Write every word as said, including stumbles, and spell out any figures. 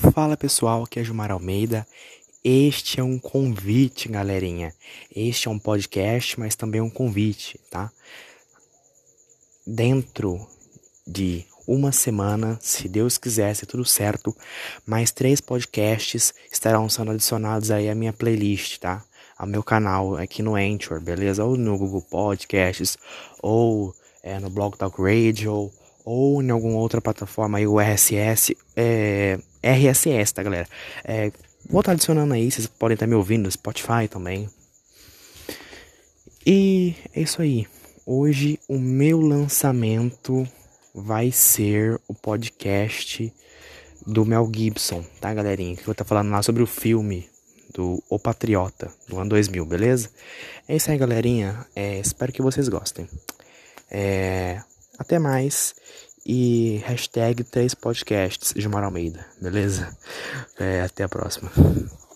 Fala pessoal, aqui é Gilmar Almeida. Este é um convite, galerinha. Este é um podcast, mas também um convite, tá? Dentro de uma semana, se Deus quiser, se tudo certo, mais três podcasts estarão sendo adicionados aí à minha playlist, tá? Ao meu canal aqui no Anchor, beleza? Ou no Google Podcasts, ou é, no Blog Talk Radio, ou em alguma outra plataforma aí, o R S S, é, R S S, tá, galera? É, vou estar adicionando aí, vocês podem estar me ouvindo no Spotify também. E é isso aí. Hoje o meu lançamento vai ser o podcast do Mel Gibson, tá, galerinha? Que eu vou estar falando lá sobre o filme do O Patriota, do ano dois mil, beleza? É isso aí, galerinha. É, espero que vocês gostem. É, até mais. E hashtag três podcasts Gilmar Almeida, beleza? É, até a próxima.